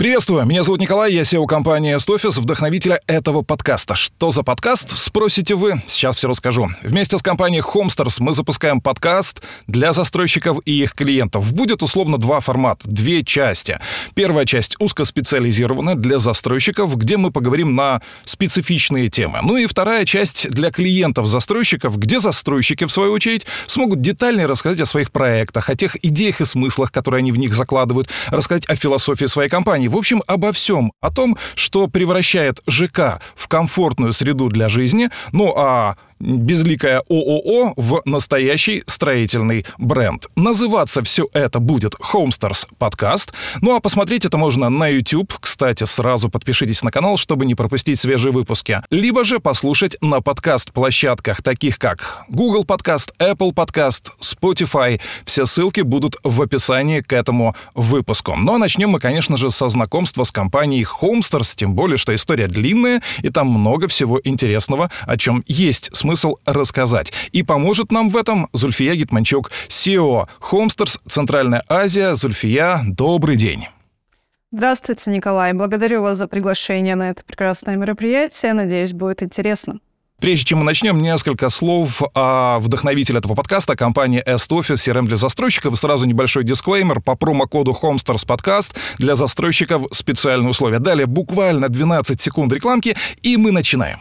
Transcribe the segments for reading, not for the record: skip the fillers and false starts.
Приветствую, меня зовут Николай, я SEO компании EstOffice, вдохновителя этого подкаста. Что за подкаст, спросите вы? Сейчас все расскажу. Вместе с компанией Homestars мы запускаем подкаст для застройщиков и их клиентов. Будет условно два формата, две части. Первая часть узкоспециализированная для застройщиков, где мы поговорим на специфичные темы. Ну и вторая часть для клиентов-застройщиков, где застройщики, в свою очередь, смогут детальнее рассказать о своих проектах, о тех идеях и смыслах, которые они в них закладывают, рассказать о философии своей компании. В общем, обо всем. О том, что превращает ЖК в комфортную среду для жизни, ну а безликое ООО в настоящий строительный бренд. Называться все это будет Homestars подкаст. Ну а посмотреть это можно на YouTube. Кстати, сразу подпишитесь на канал, чтобы не пропустить свежие выпуски. Либо же послушать на подкаст-площадках, таких как Google Podcast, Apple Podcast, Spotify. Все ссылки будут в описании к этому выпуску. Ну а начнем мы, конечно же, со знакомства с компанией Homestars, тем более, что история длинная, и там много всего интересного, о чем есть смысл рассказать. И поможет нам в этом Зульфия Гетманчук, SEO Homestars, Центральная Азия. Зульфия, добрый день. Здравствуйте, Николай. Благодарю вас за приглашение на это прекрасное мероприятие. Надеюсь, будет интересно. Прежде чем мы начнем, несколько слов о вдохновителе этого подкаста, компании EstOffice, CRM для застройщиков. И сразу небольшой дисклеймер. По промокоду Homestars подкаст для застройщиков специальные условия. Далее буквально 12 секунд рекламки, и мы начинаем.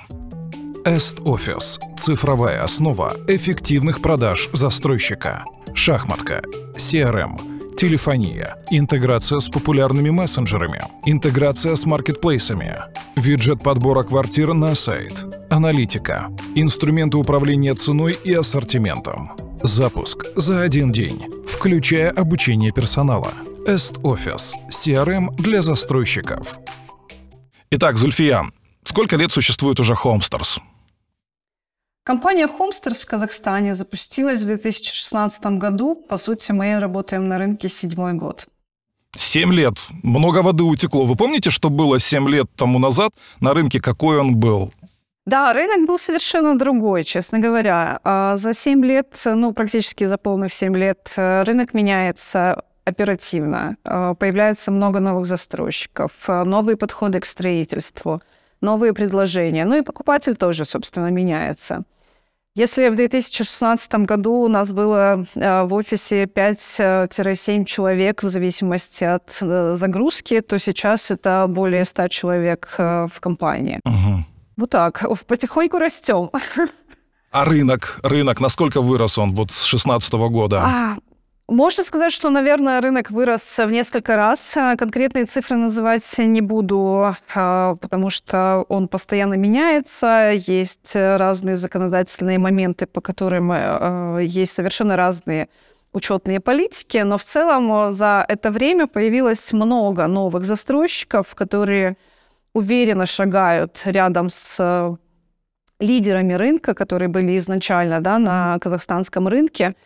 EstOffice – цифровая основа эффективных продаж застройщика. Шахматка, CRM, телефония, интеграция с популярными мессенджерами, интеграция с маркетплейсами, виджет подбора квартир на сайт, аналитика, инструменты управления ценой и ассортиментом. Запуск за один день, включая обучение персонала. EstOffice – CRM для застройщиков. Итак, Зульфия, сколько лет существует уже Homestars? Компания Homestars в Казахстане запустилась в 2016 году. По сути, мы работаем на рынке 7-й год. 7 лет. Много воды утекло. Вы помните, что было 7 лет тому назад на рынке, какой он был? Да, рынок был совершенно другой, честно говоря. За 7 лет, практически за полных 7 лет, рынок меняется оперативно. Появляется много новых застройщиков, новые подходы к строительству, новые предложения. Ну и покупатель тоже, собственно, меняется. Если в 2016 году у нас было в офисе 5-7 человек в зависимости от загрузки, то сейчас это более 100 человек в компании. Угу. Вот так, потихоньку растем. А рынок, насколько вырос он вот с 2016 года? Можно сказать, что, наверное, рынок вырос в несколько раз. Конкретные цифры называть не буду, потому что он постоянно меняется. Есть разные законодательные моменты, по которым есть совершенно разные учетные политики. Но в целом за это время появилось много новых застройщиков, которые уверенно шагают рядом с лидерами рынка, которые были изначально на казахстанском рынке.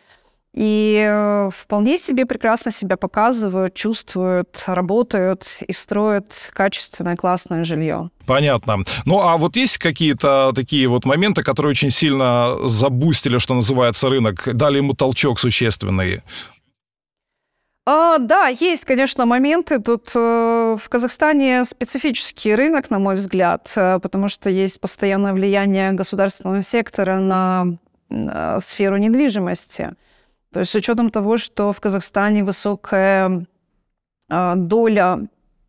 И вполне себе прекрасно себя показывают, чувствуют, работают и строят качественное, классное жилье. Понятно. Ну, а вот есть какие-то такие вот моменты, которые очень сильно забустили, что называется, рынок, дали ему толчок существенный? Да, есть, конечно, моменты. Тут в Казахстане специфический рынок, на мой взгляд, потому что есть постоянное влияние государственного сектора на сферу недвижимости. То есть с учетом того, что в Казахстане высокая доля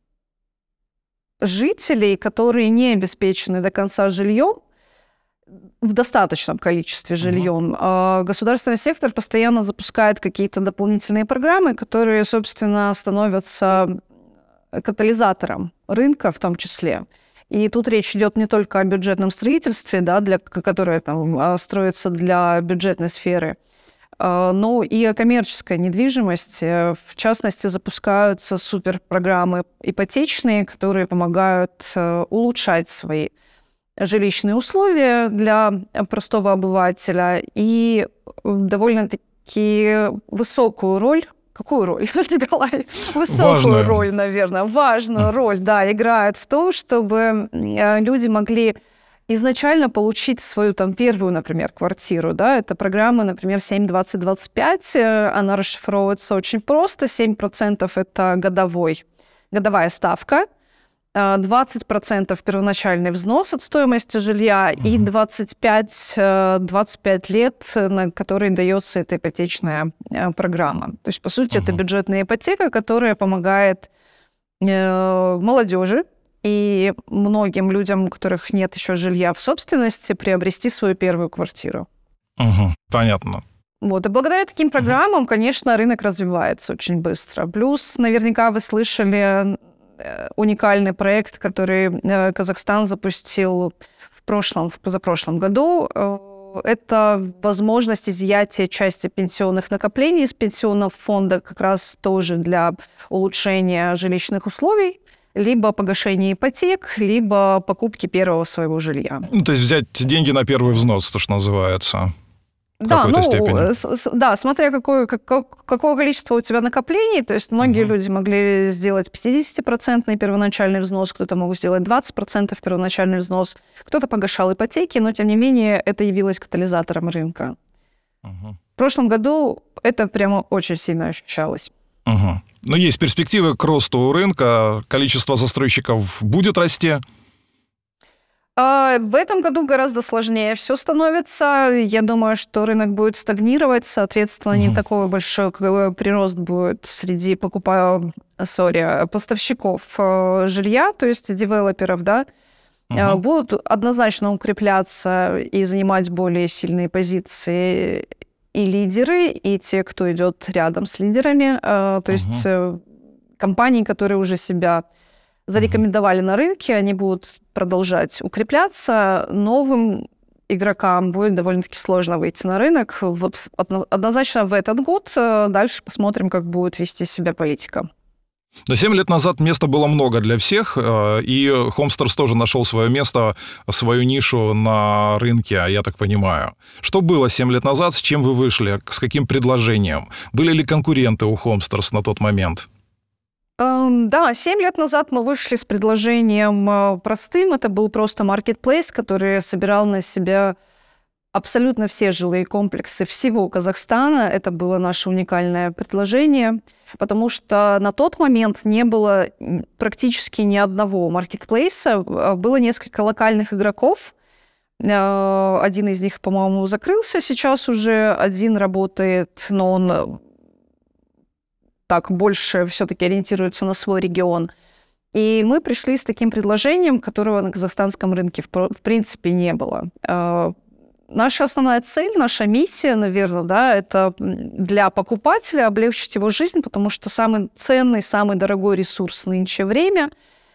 жителей, которые не обеспечены до конца жильем, в достаточном количестве жильем, государственный сектор постоянно запускает какие-то дополнительные программы, которые, собственно, становятся катализатором рынка в том числе. И тут речь идет не только о бюджетном строительстве, которое строится для бюджетной сферы, но и о коммерческой недвижимости. В частности, запускаются суперпрограммы ипотечные, которые помогают улучшать свои жилищные условия для простого обывателя и довольно-таки высокую роль. Какую роль, Николай? Высокую роль, наверное. Важную роль, играют в том, чтобы люди могли изначально получить свою первую, например, квартиру, это программа, например, 7-20-25, она расшифровывается очень просто, 7% это годовой годовая ставка, 20% первоначальный взнос от стоимости жилья и 25 лет, на которые дается эта ипотечная программа. То есть, по сути, это бюджетная ипотека, которая помогает молодежи и многим людям, у которых нет еще жилья в собственности, приобрести свою первую квартиру. Понятно. Вот. И благодаря таким программам, конечно, рынок развивается очень быстро. Плюс, наверняка вы слышали уникальный проект, который Казахстан запустил в позапрошлом году. Это возможность изъятия части пенсионных накоплений из пенсионного фонда как раз тоже для улучшения жилищных условий, либо погашения ипотек, либо покупки первого своего жилья. То есть взять деньги на первый взнос, то, что называется. Да, да, смотря какое количество у тебя накоплений, то есть многие люди могли сделать 50% первоначальный взнос, кто-то мог сделать 20% первоначальный взнос, кто-то погашал ипотеки, но тем не менее это явилось катализатором рынка. В прошлом году это прямо очень сильно ощущалось. Но есть перспективы к росту рынка, количество застройщиков будет расти? В этом году гораздо сложнее все становится. Я думаю, что рынок будет стагнировать, соответственно, не такой большой прирост будет среди поставщиков жилья, то есть девелоперов, да, будут однозначно укрепляться и занимать более сильные позиции и лидеры, и те, кто идет рядом с лидерами, то есть компании, которые уже себя зарекомендовали на рынке, они будут продолжать укрепляться. Новым игрокам будет довольно-таки сложно выйти на рынок. Вот однозначно в этот год. Дальше посмотрим, как будет вести себя политика. Но 7 лет назад места было много для всех, и Homestars тоже нашел свое место, свою нишу на рынке, я так понимаю. Что было 7 лет назад, с чем вы вышли, с каким предложением? Были ли конкуренты у Homestars на тот момент? Да, 7 лет назад мы вышли с предложением простым. Это был просто маркетплейс, который собирал на себя абсолютно все жилые комплексы всего Казахстана. Это было наше уникальное предложение, потому что на тот момент не было практически ни одного маркетплейса. Было несколько локальных игроков. Один из них, по-моему, закрылся сейчас уже. Один работает, но он так больше все-таки ориентируется на свой регион. И мы пришли с таким предложением, которого на казахстанском рынке в принципе не было. Наша основная цель, наша миссия, наверное, да, это для покупателя облегчить его жизнь, потому что самый ценный, самый дорогой ресурс нынче время.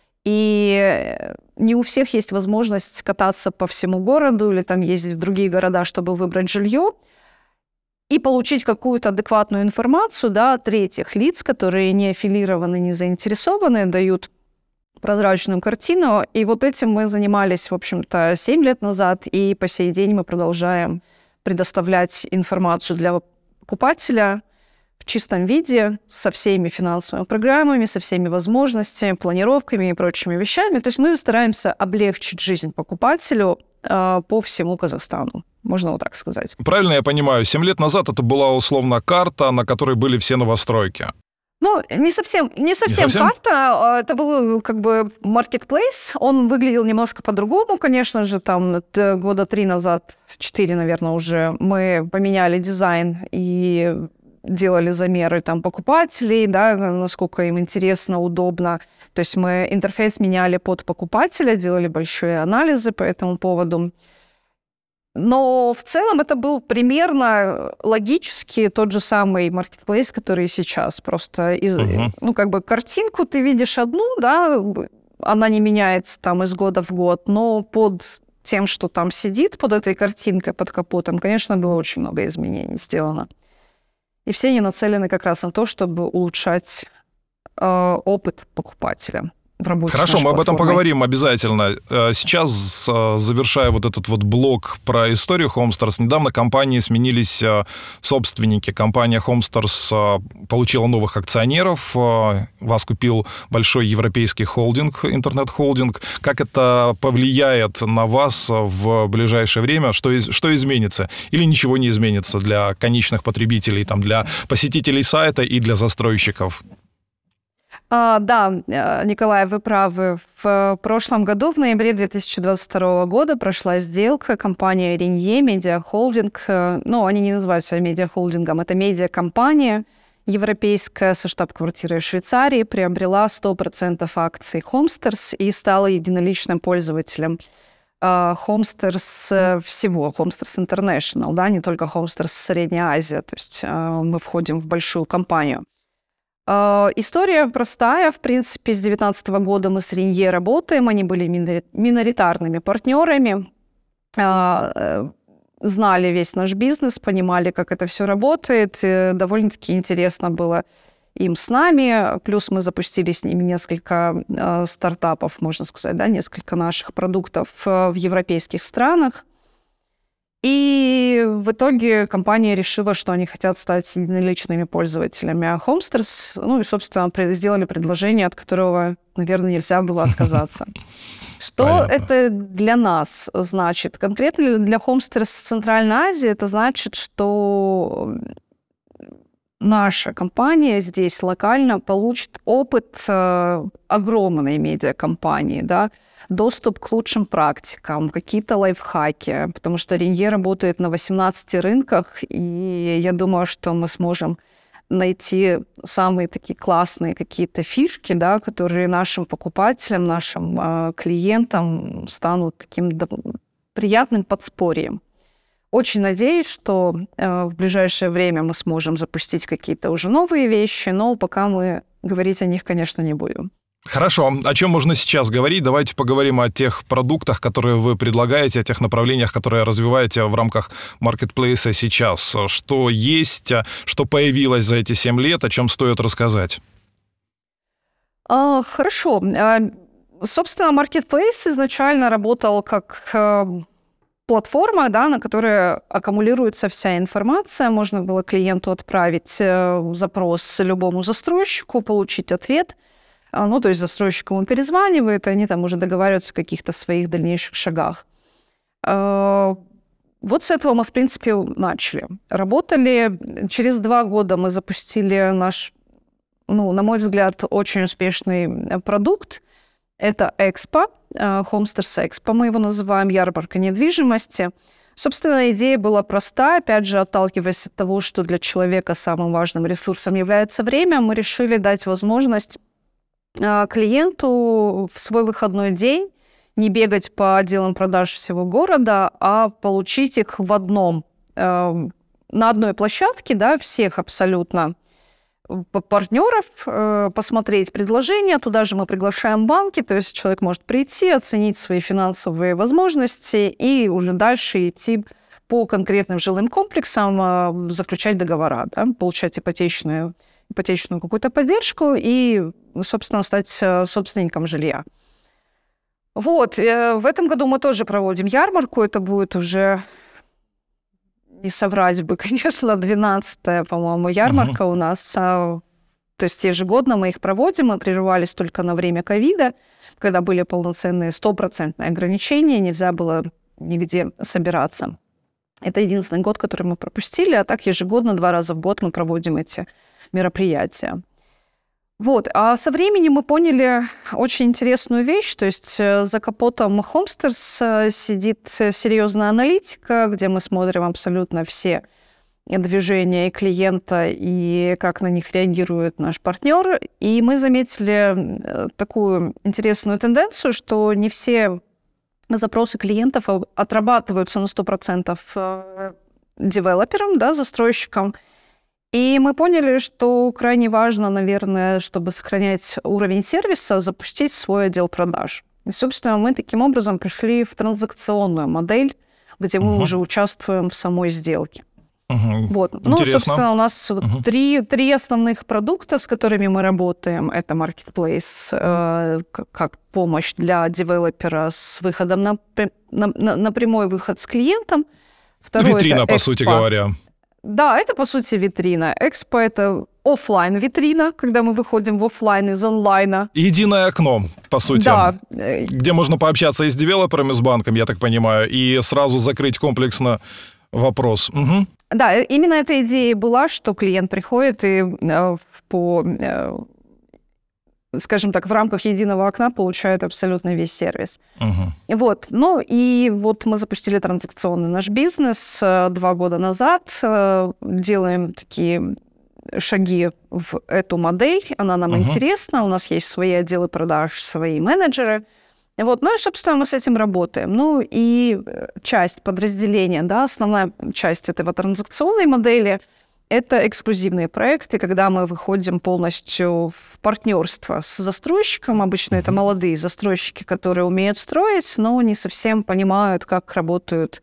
И не у всех есть возможность кататься по всему городу или там ездить в другие города, чтобы выбрать жилье и получить какую-то адекватную информацию, да, от третьих лиц, которые не аффилированы, не заинтересованы, дают прозрачную картину. И вот этим мы занимались, в общем-то, 7 лет назад, и по сей день мы продолжаем предоставлять информацию для покупателя в чистом виде, со всеми финансовыми программами, со всеми возможностями, планировками и прочими вещами. То есть мы стараемся облегчить жизнь покупателю по всему Казахстану. Можно вот так сказать. Правильно я понимаю, 7 лет назад это была условно карта, на которой были все новостройки? Ну, не совсем карта. Это был как бы маркетплейс. Он выглядел немножко по-другому, конечно же. Там года 3 назад, 4, наверное, уже мы поменяли дизайн и делали замеры там покупателей, да, насколько им интересно, удобно. То есть мы интерфейс меняли под покупателя, делали большие анализы по этому поводу. Но в целом это был примерно логически тот же самый маркетплейс, который сейчас. Просто картинку ты видишь одну, да, она не меняется там из года в год, но под тем, что там сидит, под этой картинкой, под капотом, конечно, было очень много изменений сделано. И все они нацелены как раз на то, чтобы улучшать опыт покупателя. Хорошо, мы об этом поговорим обязательно. Сейчас, завершая вот этот вот блок про историю Homestars, недавно компании сменились собственники. Компания Homestars получила новых акционеров. Вас купил большой европейский холдинг, интернет-холдинг. Как это повлияет на вас в ближайшее время? Что изменится? Или ничего не изменится для конечных потребителей, там, для посетителей сайта и для застройщиков? Да, Николай, вы правы. В прошлом году, в ноябре 2022 года, прошла сделка. Компания Ренье, медиахолдинг, они не называют себя медиахолдингом, это медиакомпания европейская со штаб-квартирой в Швейцарии, приобрела 100% акций Homesters и стала единоличным пользователем Homesters всего, Homesters International, да, не только Homesters Средняя Азия, то есть мы входим в большую компанию. История простая, в принципе, с 2019 года мы с Ренье работаем, они были миноритарными партнерами, знали весь наш бизнес, понимали, как это все работает, и довольно-таки интересно было им с нами, плюс мы запустили с ними несколько стартапов, можно сказать, да, несколько наших продуктов в европейских странах. И в итоге компания решила, что они хотят стать единоличными пользователями Homesters, и, собственно, сделали предложение, от которого, наверное, нельзя было отказаться. Что это для нас значит? Конкретно для Homesters Центральной Азии это значит, что наша компания здесь локально получит опыт огромной медиакомпании, да, доступ к лучшим практикам, какие-то лайфхаки, потому что Ренье работает на 18 рынках, и я думаю, что мы сможем найти самые такие классные какие-то фишки, да, которые нашим покупателям, нашим клиентам станут таким приятным подспорьем. Очень надеюсь, что в ближайшее время мы сможем запустить какие-то уже новые вещи, но пока мы говорить о них, конечно, не будем. Хорошо. О чем можно сейчас говорить? Давайте поговорим о тех продуктах, которые вы предлагаете, о тех направлениях, которые развиваете в рамках маркетплейса сейчас. Что есть, что появилось за эти 7 лет, о чем стоит рассказать? Хорошо. Собственно, маркетплейс изначально работал как платформа, да, на которой аккумулируется вся информация. Можно было клиенту отправить запрос любому застройщику, получить ответ. То есть застройщик ему перезванивает, и они там уже договариваются о каких-то своих дальнейших шагах. Вот с этого мы, в принципе, начали. Работали. Через 2 года мы запустили наш, на мой взгляд, очень успешный продукт. Это Экспо, Homesters Expo, мы его называем, ярмарка недвижимости. Собственно, идея была проста. Опять же, отталкиваясь от того, что для человека самым важным ресурсом является время, мы решили дать возможность клиенту в свой выходной день не бегать по отделам продаж всего города, а получить их на одной площадке, да, всех абсолютно партнеров, посмотреть предложения. Туда же мы приглашаем банки, то есть человек может прийти, оценить свои финансовые возможности и уже дальше идти по конкретным жилым комплексам, заключать договора, да, получать ипотечную какую-то поддержку и, собственно, стать собственником жилья. Вот. В этом году мы тоже проводим ярмарку. Это будет уже, не соврать бы, конечно, 12-я, по-моему, ярмарка у нас. То есть ежегодно мы их проводим. Мы прерывались только на время ковида, когда были полноценные 100% ограничения, нельзя было нигде собираться. Это единственный год, который мы пропустили, а так ежегодно 2 раза в год мы проводим эти мероприятия. Вот. А со временем мы поняли очень интересную вещь, то есть за капотом Homesters сидит серьезная аналитика, где мы смотрим абсолютно все движения и клиента, и как на них реагирует наш партнер. И мы заметили такую интересную тенденцию, что не все запросы клиентов отрабатываются на 100% девелопером, да, застройщиком. И мы поняли, что крайне важно, наверное, чтобы сохранять уровень сервиса, запустить свой отдел продаж. И, собственно, мы таким образом пришли в транзакционную модель, где мы уже участвуем в самой сделке. Вот. Собственно, у нас три основных продукта, с которыми мы работаем. Это Marketplace, как помощь для девелопера с выходом на прямой выход с клиентом. Второе, витрина, по сути говоря. Да, это, по сути, витрина. Экспо – это офлайн-витрина, когда мы выходим в офлайн из онлайна. Единое окно, по сути. Да. Где можно пообщаться и с девелоперами, с банком, я так понимаю, и сразу закрыть комплексно вопрос. Да, именно эта идея была, что клиент приходит и скажем так, в рамках единого окна получают абсолютно весь сервис. Вот. Ну и вот мы запустили транзакционный наш бизнес 2 года назад, делаем такие шаги в эту модель, она нам интересна, у нас есть свои отделы продаж, свои менеджеры. Вот. Ну и, собственно, мы с этим работаем. Ну и часть подразделения, да, основная часть этого транзакционной модели – это эксклюзивные проекты, когда мы выходим полностью в партнерство с застройщиком. Обычно это молодые застройщики, которые умеют строить, но не совсем понимают, как работают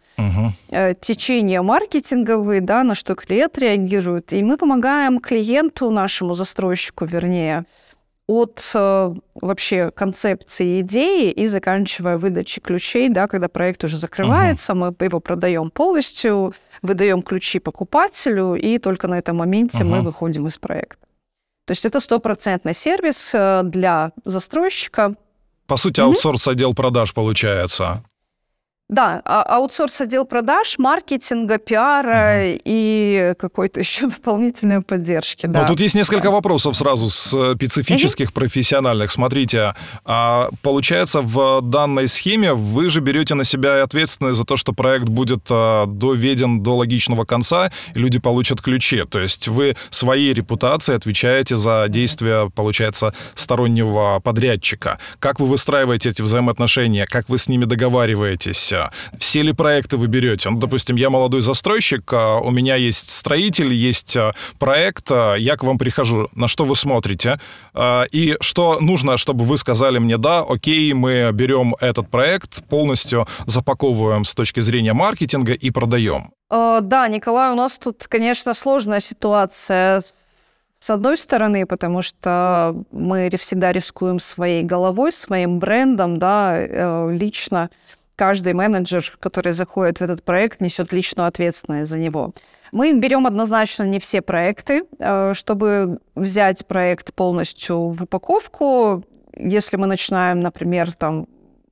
течения маркетинговые, да, на что клиент реагирует. И мы помогаем клиенту, нашему застройщику, вернее, от вообще концепции идеи и заканчивая выдачей ключей, да, когда проект уже закрывается, мы его продаем полностью, выдаем ключи покупателю, и только на этом моменте мы выходим из проекта. То есть это 100% сервис для застройщика. По сути, аутсорс-отдел продаж получается. Да, аутсорс-отдел продаж, маркетинга, пиара и какой-то еще дополнительной поддержки. Да. Ну, тут есть несколько вопросов сразу специфических, профессиональных. Смотрите, получается, в данной схеме вы же берете на себя ответственность за то, что проект будет доведен до логичного конца, и люди получат ключи. То есть вы своей репутацией отвечаете за действия, получается, стороннего подрядчика. Как вы выстраиваете эти взаимоотношения? Как вы с ними договариваетесь? Все ли проекты вы берете? Ну, допустим, я молодой застройщик, у меня есть строитель, есть проект, я к вам прихожу. На что вы смотрите? И что нужно, чтобы вы сказали мне: да, окей, мы берем этот проект, полностью запаковываем с точки зрения маркетинга и продаем? Да, Николай, у нас тут, конечно, сложная ситуация с одной стороны, потому что мы всегда рискуем своей головой, своим брендом, да, лично. Каждый менеджер, который заходит в этот проект, несет личную ответственность за него. Мы берем однозначно не все проекты. Чтобы взять проект полностью в упаковку, если мы начинаем, например, там,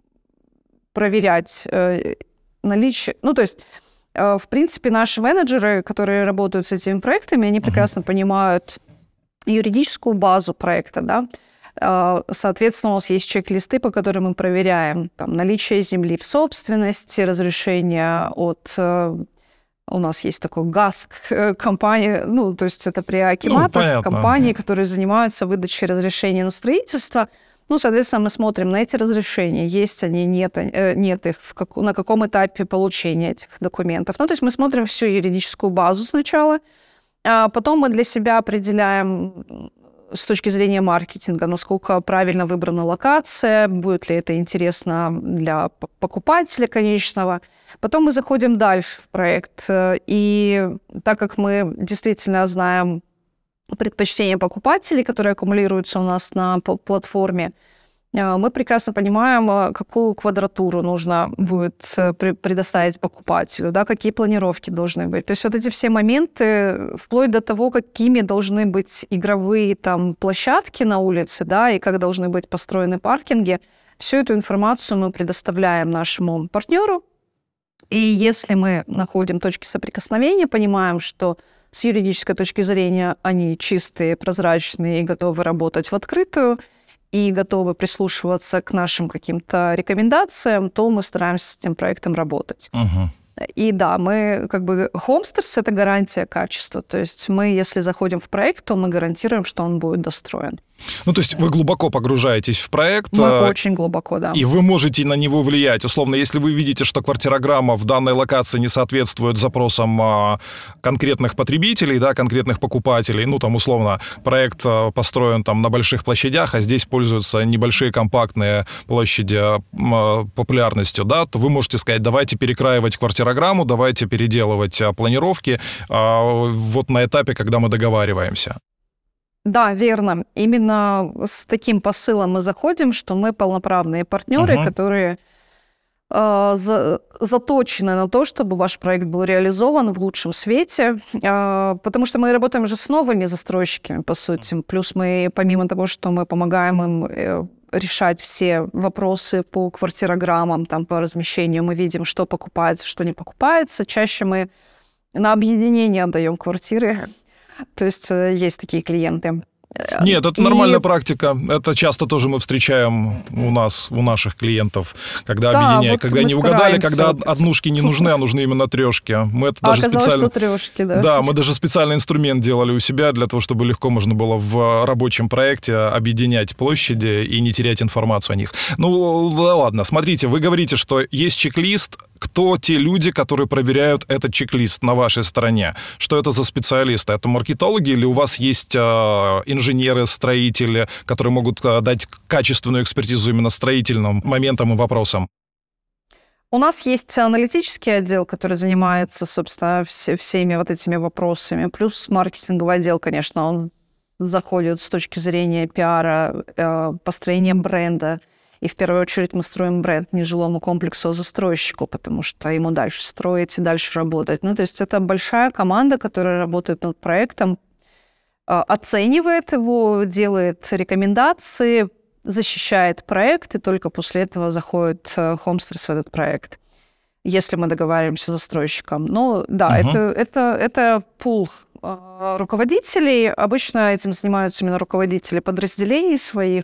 проверять наличие... Ну, то есть, в принципе, наши менеджеры, которые работают с этими проектами, они прекрасно понимают юридическую базу проекта, да. Соответственно, у нас есть чек-листы, по которым мы проверяем там, наличие земли в собственности, разрешение от... У нас есть такой ГАСК компания, ну, то есть это при акиматах, компании, которые занимаются выдачей разрешений на строительство. Ну, соответственно, мы смотрим на эти разрешения, есть они, нет их, на каком этапе получения этих документов. Ну, то есть мы смотрим всю юридическую базу сначала, а потом мы для себя определяем с точки зрения маркетинга, насколько правильно выбрана локация, будет ли это интересно для покупателя конечного. Потом мы заходим дальше в проект, и так как мы действительно знаем предпочтения покупателей, которые аккумулируются у нас на платформе, мы прекрасно понимаем, какую квадратуру нужно будет предоставить покупателю, да, какие планировки должны быть. То есть вот эти все моменты, вплоть до того, какими должны быть игровые там площадки на улице, да, и как должны быть построены паркинги, всю эту информацию мы предоставляем нашему партнеру. И если мы находим точки соприкосновения, понимаем, что с юридической точки зрения они чистые, прозрачные и готовы работать в открытую, и готовы прислушиваться к нашим каким-то рекомендациям, то мы стараемся с этим проектом работать. И да, мы как бы... Homesters — это гарантия качества. То есть мы, если заходим в проект, то мы гарантируем, что он будет достроен. Ну, то есть вы глубоко погружаетесь в проект. Мы очень глубоко, да. И вы можете на него влиять. Условно, если вы видите, что квартирограмма в данной локации не соответствует запросам конкретных потребителей, да, конкретных покупателей, ну, там, условно, проект построен там на больших площадях, а здесь пользуются небольшие компактные площади популярностью, да, то вы можете сказать: давайте перекраивать квартирограмму, давайте переделывать планировки вот на этапе, когда мы договариваемся. Да, верно. Именно с таким посылом мы заходим, что мы полноправные партнеры, которые заточены на то, чтобы ваш проект был реализован в лучшем свете, потому что мы работаем же с новыми застройщиками, по сути. Плюс мы, помимо того, что мы помогаем им решать все вопросы по квартирограммам, там, по размещению, мы видим, что покупается, что не покупается. Чаще мы на объединение отдаем квартиры. То есть есть такие клиенты. Нет, это нормальная практика. Это часто тоже мы встречаем у наших клиентов, когда объединяют, вот когда не угадали, когда однушки не нужны, а нужны именно трешки. Мы это даже специально... что трешки, да. Да, мы даже специальный инструмент делали у себя для того, чтобы легко можно было в рабочем проекте объединять площади и не терять информацию о них. Ну, да ладно, смотрите, вы говорите, что есть чек-лист. Кто те люди, которые проверяют этот чек-лист на вашей стороне? Что это за специалисты? Это маркетологи или у вас есть инженеры, строители, которые могут дать качественную экспертизу именно строительным моментам и вопросам? У нас есть аналитический отдел, который занимается, собственно, всеми вот этими вопросами. Плюс маркетинговый отдел, конечно, он заходит с точки зрения пиара, построения бренда. И в первую очередь мы строим бренд не жилому комплексу, а застройщику, потому что ему дальше строить и дальше работать. Ну, то есть это большая команда, которая работает над проектом, оценивает его, делает рекомендации, защищает проект, и только после этого заходит Homesters в этот проект, если мы договариваемся с застройщиком. Ну, да, это пул руководителей. Обычно этим занимаются именно руководители подразделений своих,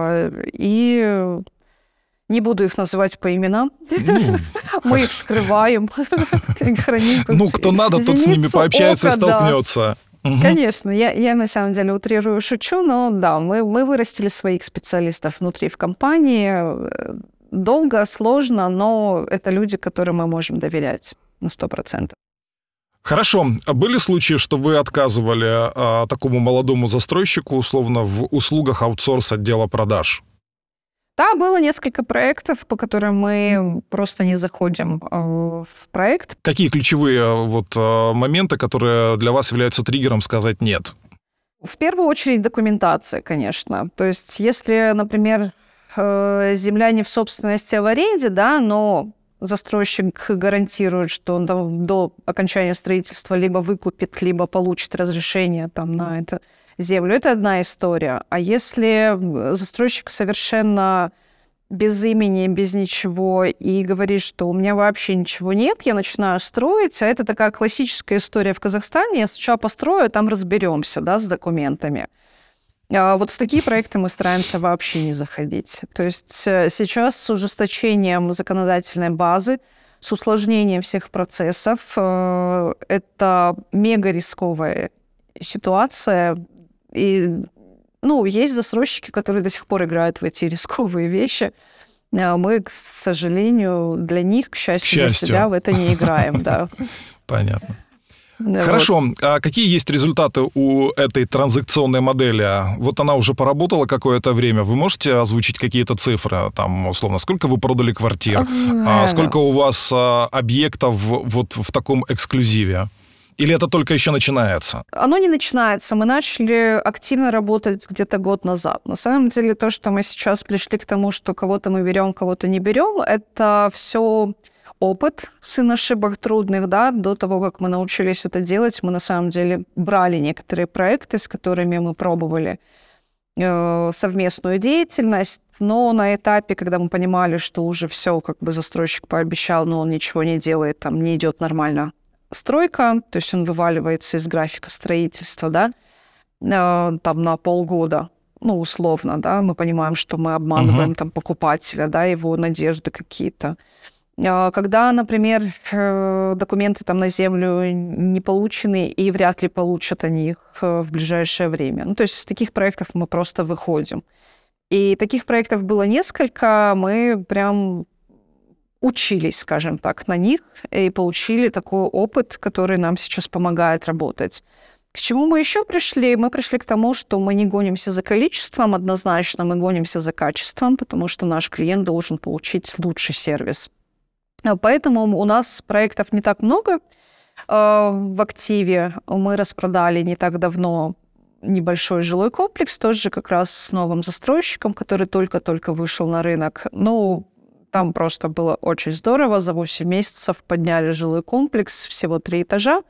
и не буду их называть по именам. Мы их скрываем, храним. Ну, кто надо, тот с ними пообщается и столкнется. Конечно, я на самом деле утрирую, шучу, но да, мы вырастили своих специалистов внутри в компании. Долго, сложно, но это люди, которым мы можем доверять на 100%. Хорошо. А были случаи, что вы отказывали такому молодому застройщику, условно, в услугах аутсорс отдела продаж? Да, было несколько проектов, по которым мы просто не заходим в проект. Какие ключевые моменты, которые для вас являются триггером сказать «нет»? В первую очередь документация, конечно. То есть если, например, земля не в собственности, а в аренде, да, но застройщик гарантирует, что он там до окончания строительства либо выкупит, либо получит разрешение там на эту землю. Это одна история. А если застройщик совершенно без имени, без ничего, и говорит, что у меня вообще ничего нет, я начинаю строить, а это такая классическая история в Казахстане, я сначала построю, а там разберемся, да, с документами. Вот в такие проекты мы стараемся вообще не заходить. То есть сейчас с ужесточением законодательной базы, с усложнением всех процессов, это мега рисковая ситуация. И, есть застройщики, которые до сих пор играют в эти рисковые вещи. Мы, к сожалению, для них, к счастью, для себя в это не играем. Да. Понятно. Хорошо. А какие есть результаты у этой транзакционной модели? Вот она уже поработала какое-то время. Вы можете озвучить какие-то цифры? Там, условно, сколько вы продали квартир? Сколько у вас объектов вот в таком эксклюзиве? Или это только еще начинается? Оно не начинается. Мы начали активно работать где-то год назад. На самом деле то, что мы сейчас пришли к тому, что кого-то мы берем, кого-то не берем, это все опыт, сын ошибок трудных, да, до того, как мы научились это делать, мы на самом деле брали некоторые проекты, с которыми мы пробовали совместную деятельность, но на этапе, когда мы понимали, что уже все, как бы застройщик пообещал, но он ничего не делает, там не идет нормально стройка, то есть он вываливается из графика строительства, да, там на полгода, условно, да, мы понимаем, что мы обманываем там покупателя, да, его надежды какие-то. Когда, например, документы там на землю не получены и вряд ли получат они их в ближайшее время. То есть из таких проектов мы просто выходим. И таких проектов было несколько, мы прям учились, скажем так, на них и получили такой опыт, который нам сейчас помогает работать. К чему мы еще пришли? Мы пришли к тому, что мы не гонимся за количеством, однозначно мы гонимся за качеством, потому что наш клиент должен получить лучший сервис. Поэтому у нас проектов не так много в активе. Мы распродали не так давно небольшой жилой комплекс, тоже как раз с новым застройщиком, который только-только вышел на рынок. Там просто было очень здорово. За 8 месяцев подняли жилой комплекс, всего 3 этажа,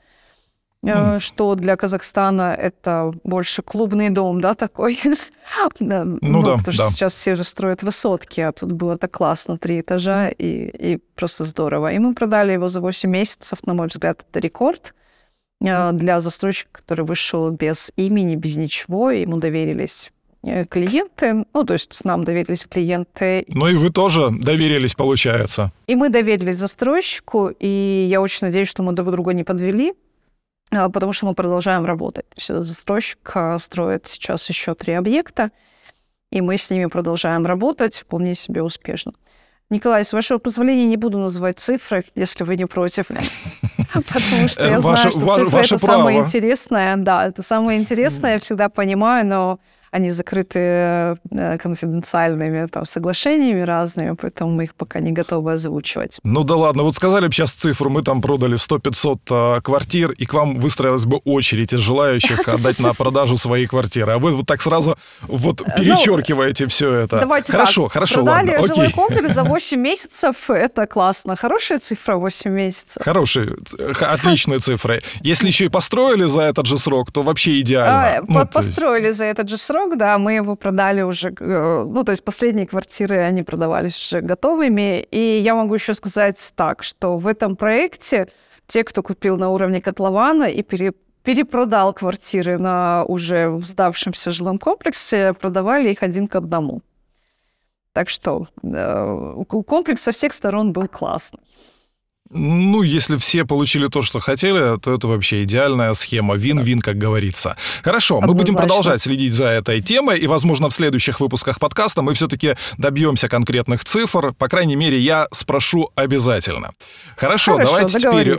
что для Казахстана это больше клубный дом, да, такой. Потому что сейчас все же строят высотки, а тут было так классно, 3 этажа, и просто здорово. И мы продали его за 8 месяцев, на мой взгляд, это рекорд. для застройщика, который вышел без имени, без ничего, ему доверились клиенты, то есть нам доверились клиенты. Ну и вы тоже доверились, получается. И мы доверились застройщику, и я очень надеюсь, что мы друг друга не подвели, потому что мы продолжаем работать. То есть застройщик строит сейчас еще 3 объекта, и мы с ними продолжаем работать вполне себе успешно. Николай, с вашего позволения, не буду называть цифры, если вы не против. Потому что я знаю, что цифры — это самое интересное. Да, это самое интересное, я всегда понимаю, но они закрыты конфиденциальными соглашениями разными, поэтому мы их пока не готовы озвучивать. Ну да ладно, вот сказали бы сейчас цифру, мы там продали 100-500 квартир, и к вам выстроилась бы очередь из желающих отдать на продажу свои квартиры. А вы вот так сразу перечеркиваете все это. Давайте хорошо, так. Ладно, продали жилой комплекс за 8 месяцев, это классно. Хорошая цифра — 8 месяцев. Хорошие, отличные цифры. Если еще и построили за этот же срок, то вообще идеально. Построили за этот же срок, да, мы его продали уже, то есть последние квартиры, они продавались уже готовыми. И я могу еще сказать так, что в этом проекте те, кто купил на уровне котлована и перепродал квартиры на уже сдавшемся жилом комплексе, продавали их 1 к 1. Так что комплекс со всех сторон был классный. Ну, если все получили то, что хотели, то это вообще идеальная схема. Вин-вин, как говорится. Хорошо, мы будем продолжать следить за этой темой, и, возможно, в следующих выпусках подкаста мы все-таки добьемся конкретных цифр. По крайней мере, я спрошу обязательно. Хорошо, давайте теперь,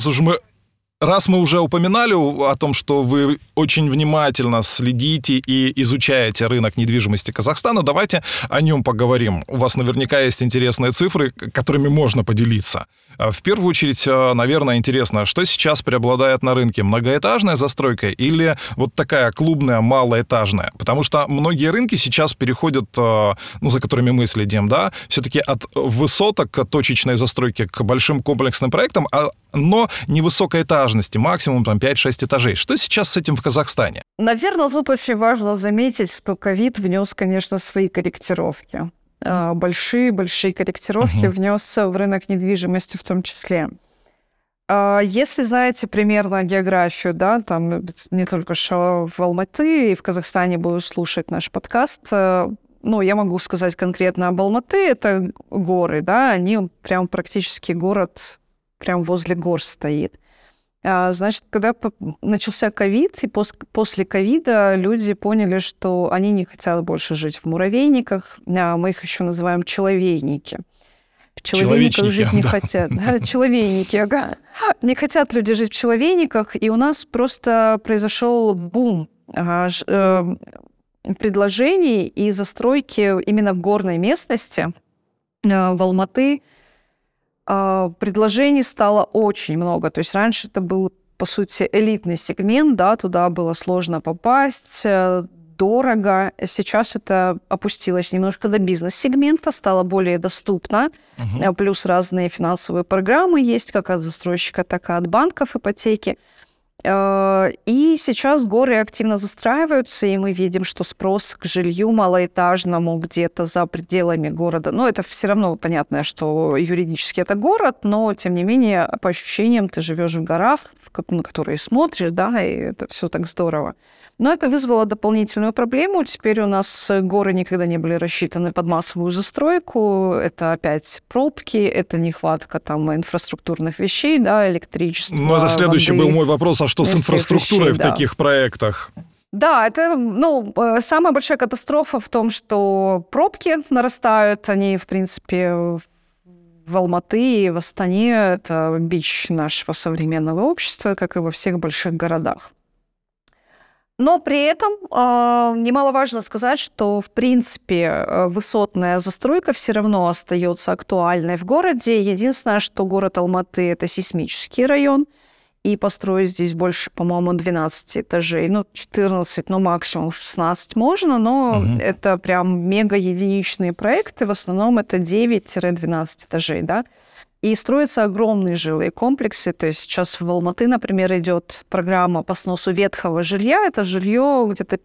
раз мы уже упоминали о том, что вы очень внимательно следите и изучаете рынок недвижимости Казахстана, давайте о нем поговорим. У вас наверняка есть интересные цифры, которыми можно поделиться. В первую очередь, наверное, интересно, что сейчас преобладает на рынке? Многоэтажная застройка или вот такая клубная, малоэтажная? Потому что многие рынки сейчас переходят, за которыми мы следим, да, все-таки от высоток точечной застройки к большим комплексным проектам, но невысокой этажности, максимум 5-6 этажей. Что сейчас с этим в Казахстане? Наверное, тут очень важно заметить, что ковид внес, конечно, свои корректировки. Большие корректировки внес в рынок недвижимости в том числе. Если знаете примерно географию, да, там не только что в Алматы и в Казахстане будут слушать наш подкаст, я могу сказать конкретно об Алматы, это горы, да, они прям практически город прям возле гор стоит. Значит, когда начался ковид, и после ковида люди поняли, что они не хотят больше жить в муравейниках, мы их еще называем человейники. В человейниках жить не хотят. Да, человейники, ага. Не хотят люди жить в человейниках, и у нас просто произошел бум предложений и застройки именно в горной местности, в Алматы. Предложений стало очень много. То есть раньше это был, по сути, элитный сегмент, да, туда было сложно попасть, дорого. Сейчас это опустилось немножко до бизнес-сегмента, стало более доступно. Плюс разные финансовые программы есть, как от застройщика, так и от банков ипотеки. И сейчас горы активно застраиваются, и мы видим, что спрос к жилью малоэтажному где-то за пределами города, это все равно понятно, что юридически это город, но тем не менее, по ощущениям, ты живешь в горах, на которые смотришь, да, и это все так здорово. Но это вызвало дополнительную проблему. Теперь у нас горы никогда не были рассчитаны под массовую застройку. Это опять пробки, это нехватка инфраструктурных вещей, да, электричества, это следующий воды, был мой вопрос. А что с инфраструктурой в таких проектах? Да, это, самая большая катастрофа в том, что пробки нарастают. Они, в принципе, в Алматы и в Астане – это бич нашего современного общества, как и во всех больших городах. Но при этом немаловажно сказать, что, в принципе, высотная застройка все равно остается актуальной в городе. Единственное, что город Алматы – это сейсмический район, и построить здесь больше, по-моему, 12 этажей. 14, максимум 16 можно, но это прям мега-единичные проекты. В основном это 9-12 этажей, да. И строятся огромные жилые комплексы. То есть сейчас в Алматы, например, идет программа по сносу ветхого жилья. Это жилье где-то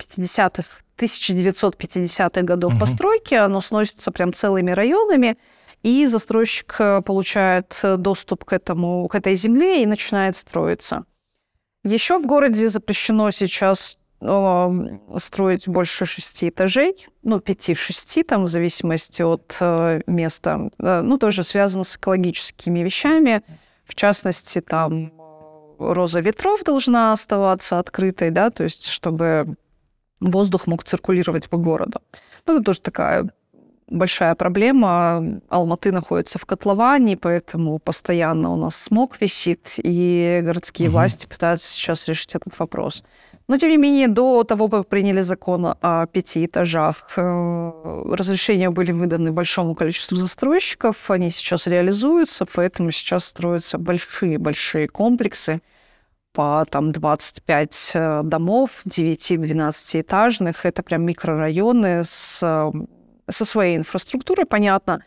1950-х годов постройки. Оно сносится прям целыми районами. И застройщик получает доступ к этой земле и начинает строиться. Еще в городе запрещено сейчас строить больше 6 этажей, 5-6, там, в зависимости от места. Тоже связано с экологическими вещами. В частности, там роза ветров должна оставаться открытой, да, то есть чтобы воздух мог циркулировать по городу. Это тоже такая большая проблема. Алматы находится в котловане, поэтому постоянно у нас смог висит, и городские власти пытаются сейчас решить этот вопрос. Но, тем не менее, до того, как приняли закон о 5 этажах, разрешения были выданы большому количеству застройщиков, они сейчас реализуются, поэтому сейчас строятся большие комплексы по 25 домов, 9-12-этажных. Это прям микрорайоны со своей инфраструктурой, понятно.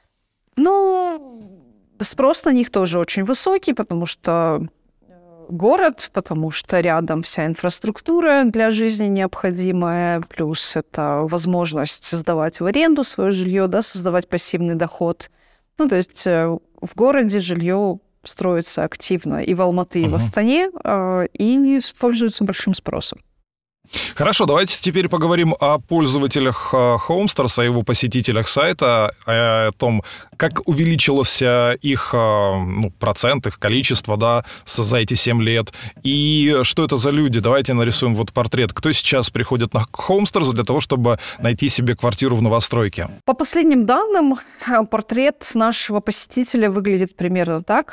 Спрос на них тоже очень высокий, потому что город, потому что рядом вся инфраструктура для жизни необходимая, плюс это возможность сдавать в аренду свое жилье, да, создавать пассивный доход. То есть в городе жилье строится активно и в Алматы, и в Астане, и пользуется большим спросом. Хорошо, давайте теперь поговорим о пользователях Homestars, о его посетителях сайта, о том, как увеличилось их процент, их количество, да, за эти 7 лет. И что это за люди? Давайте нарисуем портрет. Кто сейчас приходит на Homestars для того, чтобы найти себе квартиру в новостройке? По последним данным, портрет нашего посетителя выглядит примерно так.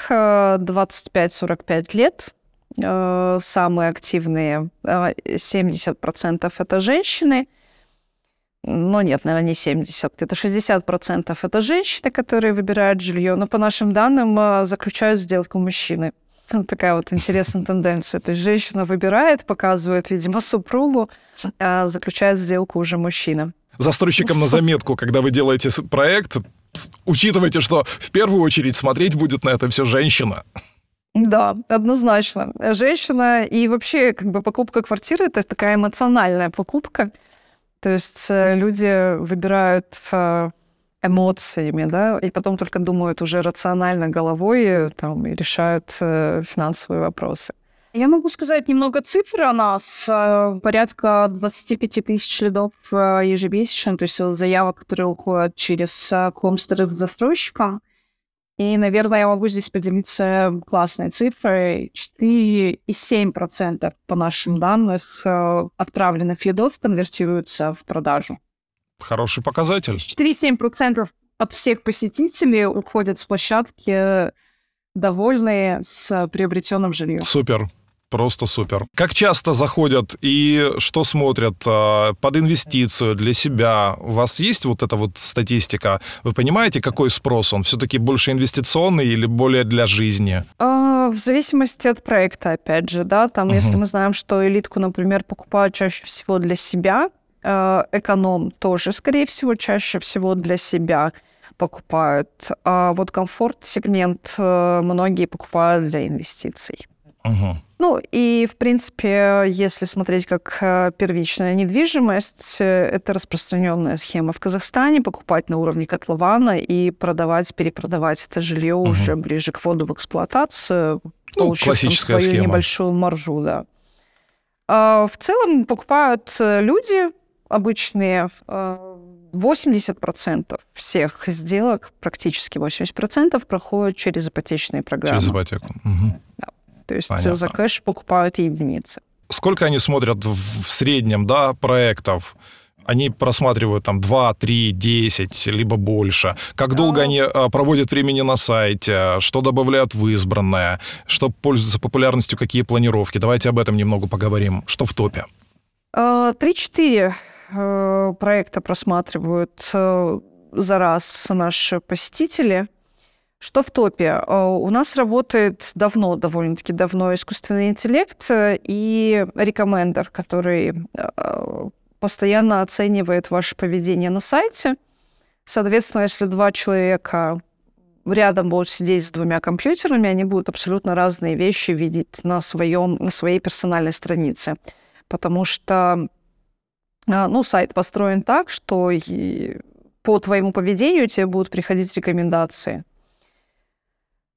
25-45 лет. Самые активные 70% это женщины. Но нет, наверное, не 70. Это 60% это женщины, которые выбирают жилье. Но по нашим данным заключают сделку мужчины. Такая интересная тенденция. То есть женщина выбирает, показывает, видимо, супругу, а заключает сделку уже мужчина. Застройщикам на заметку, когда вы делаете проект, учитывайте, что в первую очередь смотреть будет на это все женщина. Да, однозначно. Женщина и вообще покупка квартиры – это такая эмоциональная покупка. То есть люди выбирают эмоциями, да, и потом только думают уже рационально головой и решают финансовые вопросы. Я могу сказать немного цифр о нас. Порядка 25 тысяч лидов ежемесячно, то есть заявок, которые уходят через Homestars к застройщикам. И, наверное, я могу здесь поделиться классной цифрой. 4,7% по нашим данным отправленных лидов конвертируются в продажу. Хороший показатель. 4,7% от всех посетителей уходят с площадки довольные с приобретенным жильем. Супер. Просто супер. Как часто заходят и что смотрят под инвестицию для себя? У вас есть эта статистика? Вы понимаете, какой спрос? Он все-таки больше инвестиционный или более для жизни? В зависимости от проекта, опять же, да. Если мы знаем, что элитку, например, покупают чаще всего для себя, эконом тоже, скорее всего, чаще всего для себя покупают. А комфорт-сегмент многие покупают для инвестиций. И, в принципе, если смотреть как первичная недвижимость, это распространенная схема в Казахстане, покупать на уровне котлована и продавать, перепродавать это жилье уже ближе к вводу в эксплуатацию, получив свою схема. Небольшую маржу, да. В целом покупают люди обычные. 80% всех сделок, практически 80%, проходят через ипотечные программы. Через ипотеку. Да. То есть за кэш покупают единицы. Сколько они смотрят в среднем, да, проектов? Они просматривают 2, 3, 10, либо больше. Как долго они проводят времени на сайте? Что добавляют в избранное? Что пользуется популярностью? Какие планировки? Давайте об этом немного поговорим. Что в топе? 3-4 проекта просматривают за раз наши посетители. Что в топе? У нас работает довольно-таки давно искусственный интеллект и рекомендер, который постоянно оценивает ваше поведение на сайте. Соответственно, если 2 человека рядом будут сидеть с 2 компьютерами, они будут абсолютно разные вещи видеть на своей персональной странице. Потому что сайт построен так, что по твоему поведению тебе будут приходить рекомендации.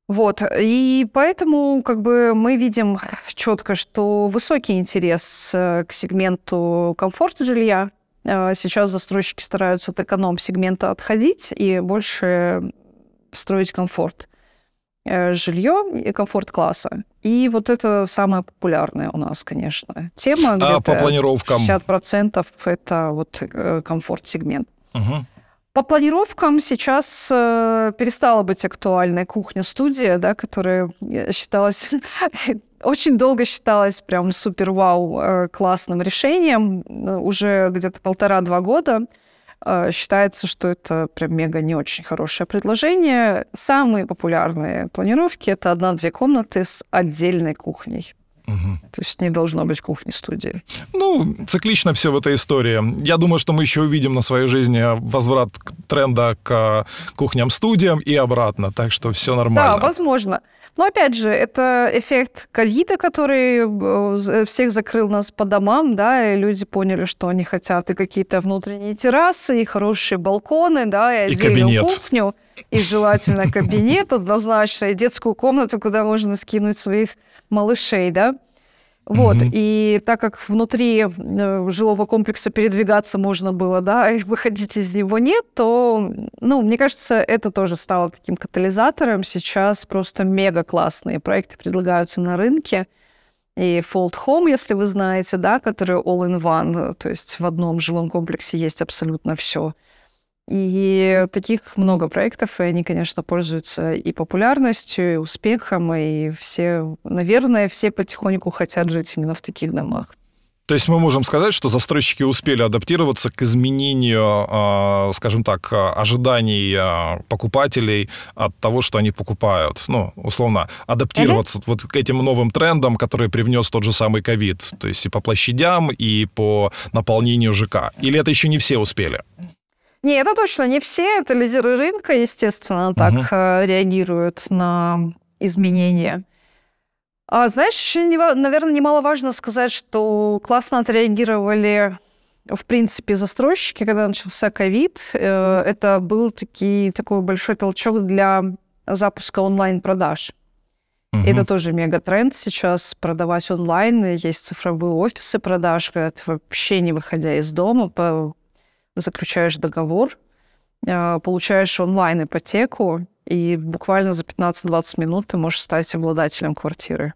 Вот, и поэтому как бы мы видим четко, что высокий интерес к сегменту комфорта жилья. Сейчас застройщики стараются от эконом-сегмента отходить и больше строить комфорт жилье и комфорт класса. И вот это самая популярная у нас, конечно, тема. А по планировкам? 60% это вот комфорт-сегмент. Угу. По планировкам сейчас перестала быть актуальной кухня-студия, да, которая считалась, очень долго считалась прям супер-вау классным решением. Уже где-то 1,5-2 года считается, что это прям мега не очень хорошее предложение. Самые популярные планировки — это 1-2 комнаты с отдельной кухней. То есть не должно быть кухни-студии. Ну, циклично все в этой истории. Я думаю, что мы еще увидим на своей жизни возврат тренда к кухням-студиям и обратно, так что все нормально. Да, возможно. Но опять же, это эффект ковида, который всех закрыл нас по домам, да, и люди поняли, что они хотят и какие-то внутренние террасы, и хорошие балконы, да, и отдельную кухню, и желательно кабинет однозначно, и детскую комнату, куда можно скинуть своих малышей, да. Вот, и так как внутри жилого комплекса передвигаться можно было, да, и выходить из него нет, то, ну, мне кажется, это тоже стало таким катализатором. Сейчас просто мега классные проекты предлагаются на рынке. И Fold Home, если вы знаете, да, который all-in-one, то есть в одном жилом комплексе есть абсолютно все. И таких много проектов, и они, конечно, пользуются и популярностью, и успехом, и все, наверное, все потихоньку хотят жить именно в таких домах. То есть мы можем сказать, что застройщики успели адаптироваться к изменению, скажем так, ожиданий покупателей от того, что они покупают. Ну, условно, адаптироваться вот к этим новым трендам, которые привнес тот же самый ковид. То есть и по площадям, и по наполнению ЖК. Или это еще не все успели? Не, это точно не все. Это лидеры рынка, естественно, так реагируют на изменения. А знаешь, еще, наверное, немаловажно сказать, что классно отреагировали, в принципе, застройщики, когда начался ковид. Это был такой большой толчок для запуска онлайн-продаж. Это тоже мегатренд сейчас, продавать онлайн. Есть цифровые офисы продаж, когда ты вообще не выходя из дома, заключаешь договор, получаешь онлайн-ипотеку, и буквально за 15-20 минут ты можешь стать обладателем квартиры.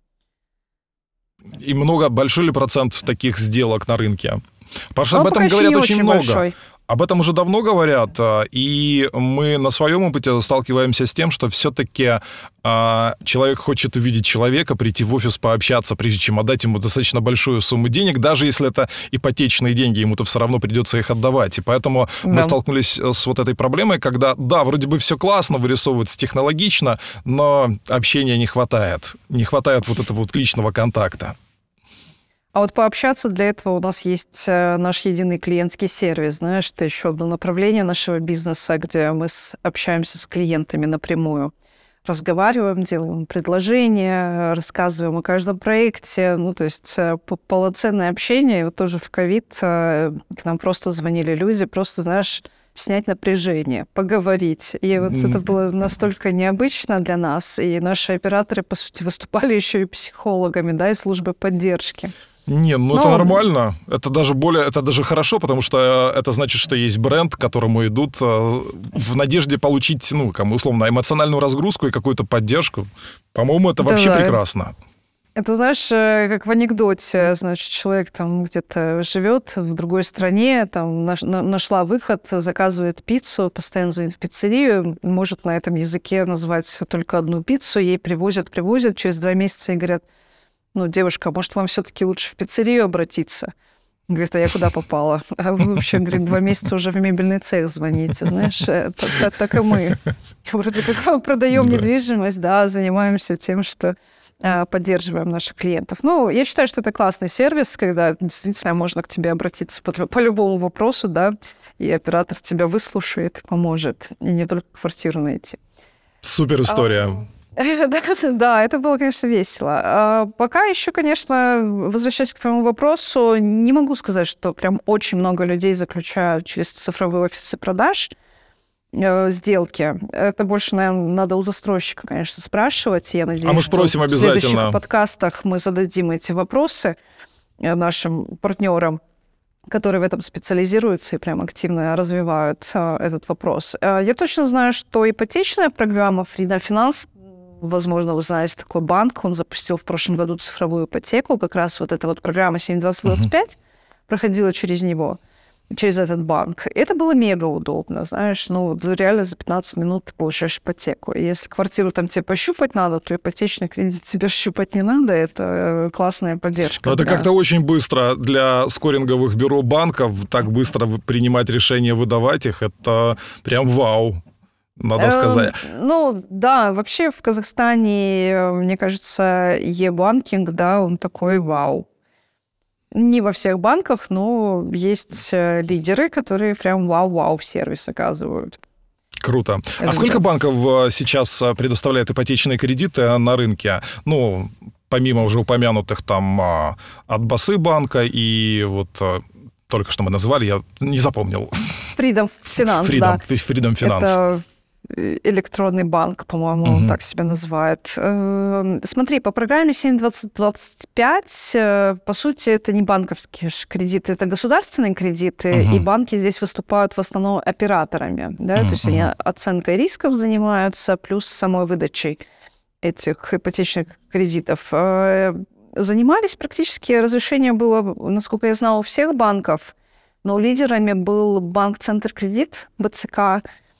И большой ли процент таких сделок на рынке? Потому что об этом говорят очень много. Большой. Об этом уже давно говорят, и мы на своем опыте сталкиваемся с тем, что все-таки человек хочет увидеть человека, прийти в офис, пообщаться, прежде чем отдать ему достаточно большую сумму денег, даже если это ипотечные деньги, ему-то все равно придется их отдавать. И поэтому мы столкнулись с вот этой проблемой, когда, да, вроде бы все классно, вырисовывается технологично, но общения не хватает. Не хватает вот этого вот личного контакта. А вот пообщаться для этого у нас есть наш единый клиентский сервис. Знаешь, это еще одно направление нашего бизнеса, где мы общаемся с клиентами напрямую. Разговариваем, делаем предложения, рассказываем о каждом проекте. Ну, то есть полноценное общение. И вот тоже в ковид к нам просто звонили люди, просто, знаешь, снять напряжение, поговорить. И вот это было настолько необычно для нас. И наши операторы, по сути, выступали еще и психологами, да, и службой поддержки. Не, это нормально. Это даже хорошо, потому что это значит, что есть бренд, к которому идут в надежде получить, условно, эмоциональную разгрузку и какую-то поддержку. По-моему, это вообще прекрасно. Это, знаешь, как в анекдоте, значит, человек там где-то живет в другой стране, там нашла выход, заказывает пиццу, постоянно звонит в пиццерию, может на этом языке назвать только одну пиццу, ей привозят, через 2 месяца и говорят: девушка, может, вам все-таки лучше в пиццерию обратиться? Говорит: а я куда попала? А вы вообще, говорит, 2 месяца уже в мебельный цех звоните, знаешь, так и мы. Вроде как продаем недвижимость, да, занимаемся тем, что поддерживаем наших клиентов. Я считаю, что это классный сервис, когда действительно можно к тебе обратиться по любому вопросу, да, и оператор тебя выслушает и поможет, и не только квартиру найти. Супер история. Да, это было, конечно, весело. Пока еще, конечно, возвращаясь к твоему вопросу, не могу сказать, что прям очень много людей заключают через цифровые офисы продаж. сделки. Это больше, наверное, надо у застройщика, конечно, спрашивать. Я надеюсь, мы спросим что обязательно. в следующих подкастах мы зададим эти вопросы нашим партнерам, которые в этом специализируются и прям активно развивают этот вопрос. Я точно знаю, что ипотечная программа Freedom Finance, возможно, вы знаете такой банк, он запустил в прошлом году цифровую ипотеку, как раз вот эта вот программа 7-20-25 проходила через него, через этот банк. Это было мега удобно, знаешь, реально за 15 минут ты получаешь ипотеку. И если квартиру там тебе пощупать надо, то ипотечный кредит тебе щупать не надо, это классная поддержка. Но это как-то очень быстро для скоринговых бюро банков, так быстро принимать решения, выдавать их, это прям вау. Надо сказать. Да, вообще в Казахстане, мне кажется, e-банкинг, да, он такой вау. Не во всех банках, но есть лидеры, которые прям вау-вау сервис оказывают. Круто. А сколько банков сейчас предоставляет ипотечные кредиты на рынке? Помимо уже упомянутых там от Басы банка и вот только что мы назвали, я не запомнил. Freedom Finance, да. Freedom Finance. Это электронный банк, по-моему, так себя называют. Смотри, по программе 7-20-25, по сути, это не банковские кредиты, это государственные кредиты, и банки здесь выступают в основном операторами, да, то есть они оценкой рисков занимаются, плюс самой выдачей этих ипотечных кредитов. Занимались практически, разрешение было, насколько я знала, у всех банков, но лидерами был банк Центркредит, БЦК.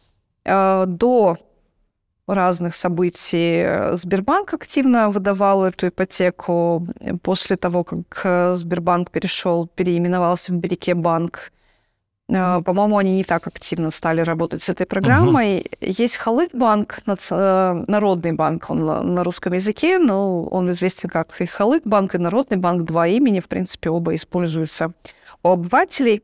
До разных событий Сбербанк активно выдавал эту ипотеку. После того, как Сбербанк переименовался в Береке-банк, по-моему, они не так активно стали работать с этой программой. Есть Халык-банк, Народный банк, он на русском языке, но он известен как и Халык-банк, и Народный банк, два имени, в принципе, оба используются у обывателей.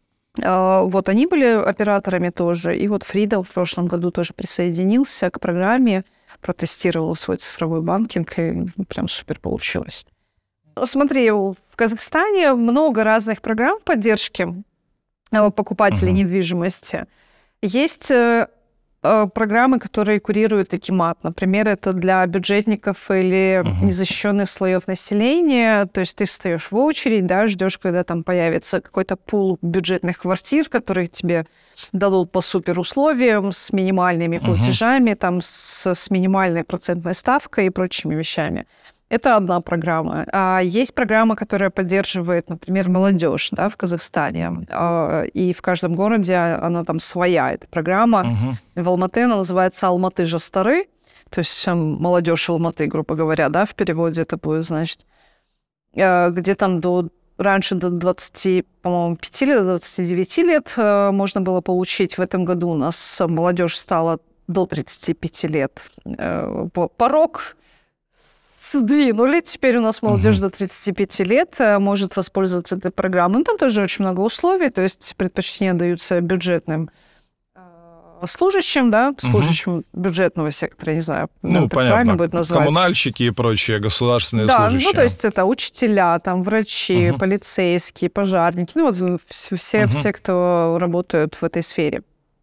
Вот они были операторами тоже, и вот Freedom в прошлом году тоже присоединился к программе, протестировал свой цифровой банкинг, и прям супер получилось. Смотри, в Казахстане много разных программ поддержки покупателей недвижимости. Есть программы, которые курирует Акимат. Например, это для бюджетников или незащищенных слоев населения. То есть ты встаешь в очередь, да, ждешь, когда там появится какой-то пул бюджетных квартир, которые тебе дадут по супер условиям, с минимальными платежами, там, с минимальной процентной ставкой и прочими вещами. Это одна программа. А есть программа, которая поддерживает, например, молодежь, да, в Казахстане. И в каждом городе она там своя, эта программа. В Алматы она называется «Алматы Жастары», то есть молодежь Алматы, грубо говоря, да, в переводе это будет, значит, где там раньше до 20, по-моему, 5 лет, до 29 лет можно было получить. В этом году у нас молодежь стала до 35 лет. Порог сдвинули. Теперь у нас молодежь до 35 лет может воспользоваться этой программой. Там тоже очень много условий, то есть предпочтения даются бюджетным служащим, да, служащим бюджетного сектора, не знаю, понятно. Правильно будет назвать. Коммунальщики и прочие государственные служащие. То есть это учителя, там, врачи, полицейские, пожарники, все, кто работают в этой сфере.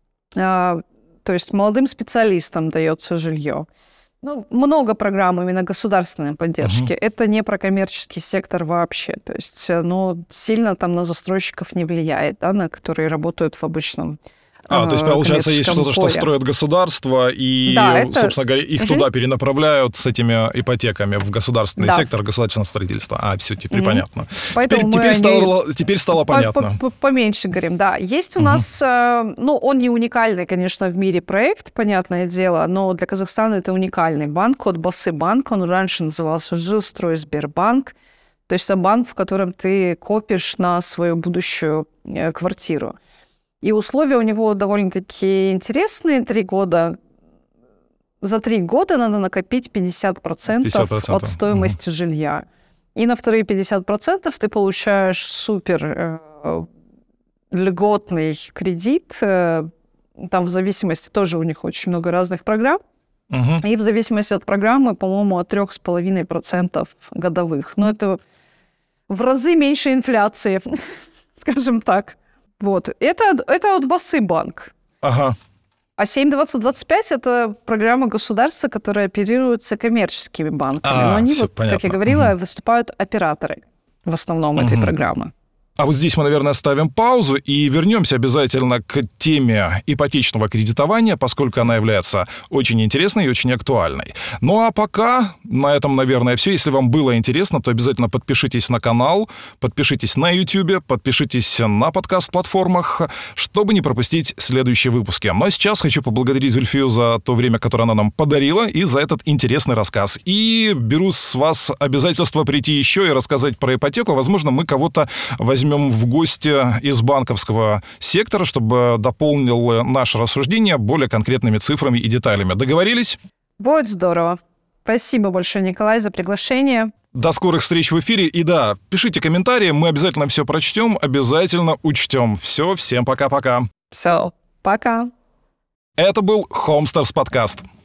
То есть молодым специалистам дается жилье. Много программ именно государственной поддержки. Это не про коммерческий сектор вообще. То есть, сильно там на застройщиков не влияет, да, на которые работают в обычном то есть, получается, есть что-то, что строит государство, и, собственно говоря, их туда перенаправляют с этими ипотеками в государственный сектор, государственное строительство. Все, теперь понятно. Теперь стало понятно. Поменьше говорим, да. Есть у нас, он не уникальный, конечно, в мире проект, понятное дело, но для Казахстана это уникальный банк, от Басы банк, он раньше назывался Жилстройсбербанк, то есть это банк, в котором ты копишь на свою будущую квартиру. И условия у него довольно-таки интересные. 3 года. За 3 года надо накопить 50% от стоимости жилья. И на вторые 50% ты получаешь супер льготный кредит. Там в зависимости, тоже у них очень много разных программ. И в зависимости от программы, по-моему, от 3,5% годовых. Но это в разы меньше инфляции, скажем так. Вот. Это от Басы банк. А 7.20.25 — это программа государства, которая оперирует с коммерческими банками. Но они, как я говорила, выступают операторы в основном этой программы. А вот здесь мы, наверное, ставим паузу и вернемся обязательно к теме ипотечного кредитования, поскольку она является очень интересной и очень актуальной. Ну а пока на этом, наверное, все. Если вам было интересно, то обязательно подпишитесь на канал, подпишитесь на YouTube, подпишитесь на подкаст-платформах, чтобы не пропустить следующие выпуски. Ну а сейчас хочу поблагодарить Зульфию за то время, которое она нам подарила, и за этот интересный рассказ. И беру с вас обязательство прийти еще и рассказать про ипотеку. Возможно, мы кого-то возьмем в гости из банковского сектора, чтобы дополнил наше рассуждение более конкретными цифрами и деталями. Договорились? Будет здорово. Спасибо большое, Николай, за приглашение. До скорых встреч в эфире. И да, пишите комментарии, мы обязательно все прочтем, обязательно учтем. Все, всем пока-пока. Все, пока. Это был Homestars подкаст.